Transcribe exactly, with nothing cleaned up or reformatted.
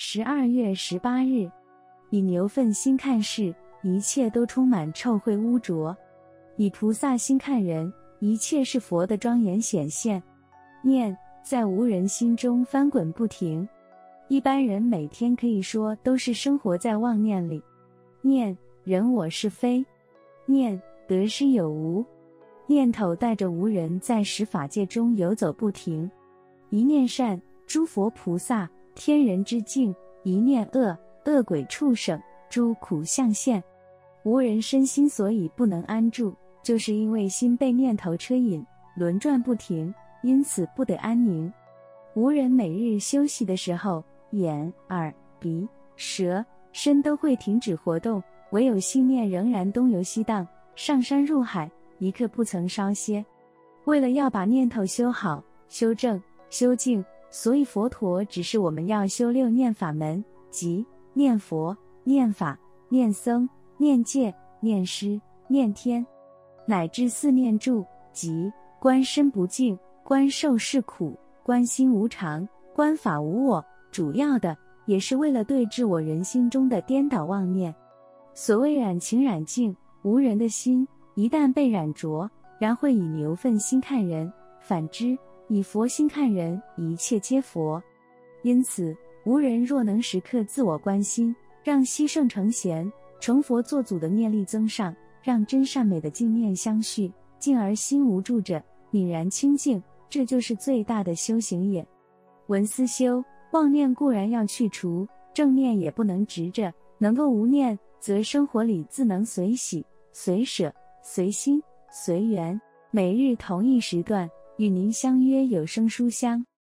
十二月十八日，以牛粪心看事，一切都充满臭秽污浊；以菩萨心看人，一切是佛的庄严显现。念在无人心中翻滚不停，一般人每天可以说都是生活在妄念里。念人我是非，念得失有无，念头带着无人在十法界中游走不停。一念善，诸佛菩萨天人之境；一念恶，恶鬼畜生诸苦相现。无人身心所以不能安住，就是因为心被念头车引，轮转不停，因此不得安宁。无人每日休息的时候，眼、耳、鼻、舌、身都会停止活动，唯有心念仍然东游西荡，上山入海，一刻不曾稍歇。为了要把念头修好、修正、修净，所以佛陀指示我们要修六念法门，即念佛、念法、念僧、念戒、念师、念天，乃至四念住，即观身不净、观受是苦、观心无常、观法无我。主要的也是为了对治我人心中的颠倒妄念。所谓染情染净，无人的心一旦被染浊，然会以牛粪心看人；反之，以佛心看人，一切皆佛。因此，无人若能时刻自我观心，让希圣成贤、成佛作祖的念力增上，让真善美的净念相续，进而心无住者，泯然清净，这就是最大的修行也。闻思修，妄念固然要去除，正念也不能执着，能够无念，则生活里自能随喜、随舍、随心、随缘。每日同一时段，与您相约有声书香。